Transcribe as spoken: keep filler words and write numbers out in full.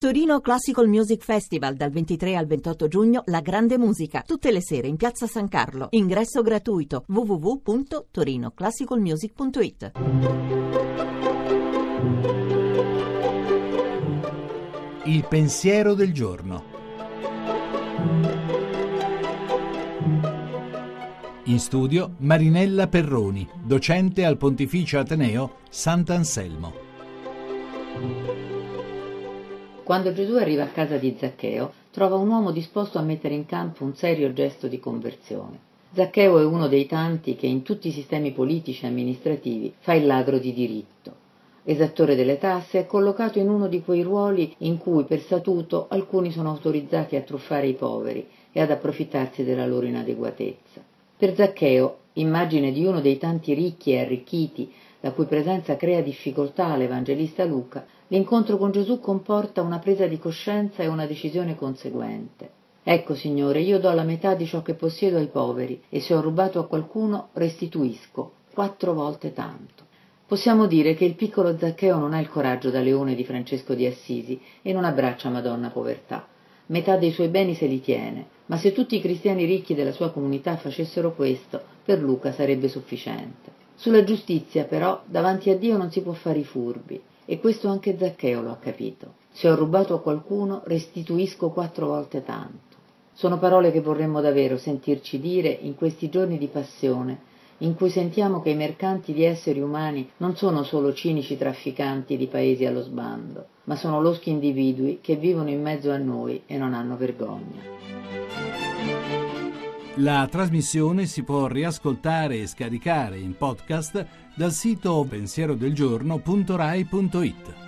Torino Classical Music Festival dal ventitré al ventotto giugno, la grande musica, tutte le sere in Piazza San Carlo. Ingresso gratuito w w w punto torino classical music punto i t. Il pensiero del giorno. In studio Marinella Perroni, docente al Pontificio Ateneo Sant'Anselmo. Quando Gesù arriva a casa di Zaccheo, trova un uomo disposto a mettere in campo un serio gesto di conversione. Zaccheo è uno dei tanti che in tutti i sistemi politici e amministrativi fa il ladro di diritto. Esattore delle tasse, è collocato in uno di quei ruoli in cui per statuto alcuni sono autorizzati a truffare i poveri e ad approfittarsi della loro inadeguatezza. Per Zaccheo, immagine di uno dei tanti ricchi e arricchiti la cui presenza crea difficoltà all'evangelista Luca, l'incontro con Gesù comporta una presa di coscienza e una decisione conseguente. Ecco, Signore, io do la metà di ciò che possiedo ai poveri e se ho rubato a qualcuno restituisco quattro volte tanto. Possiamo dire che il piccolo Zaccheo non ha il coraggio da leone di Francesco di Assisi e non abbraccia Madonna Povertà. Metà dei suoi beni se li tiene, ma se tutti i cristiani ricchi della sua comunità facessero questo, per Luca sarebbe sufficiente. Sulla giustizia, però, davanti a Dio non si può fare i furbi, e questo anche Zaccheo lo ha capito. Se ho rubato a qualcuno, restituisco quattro volte tanto. Sono parole che vorremmo davvero sentirci dire in questi giorni di passione, in cui sentiamo che i mercanti di esseri umani non sono solo cinici trafficanti di paesi allo sbando, ma sono loschi individui che vivono in mezzo a noi e non hanno vergogna. La trasmissione si può riascoltare e scaricare in podcast dal sito pensierodelgiorno punto rai punto it.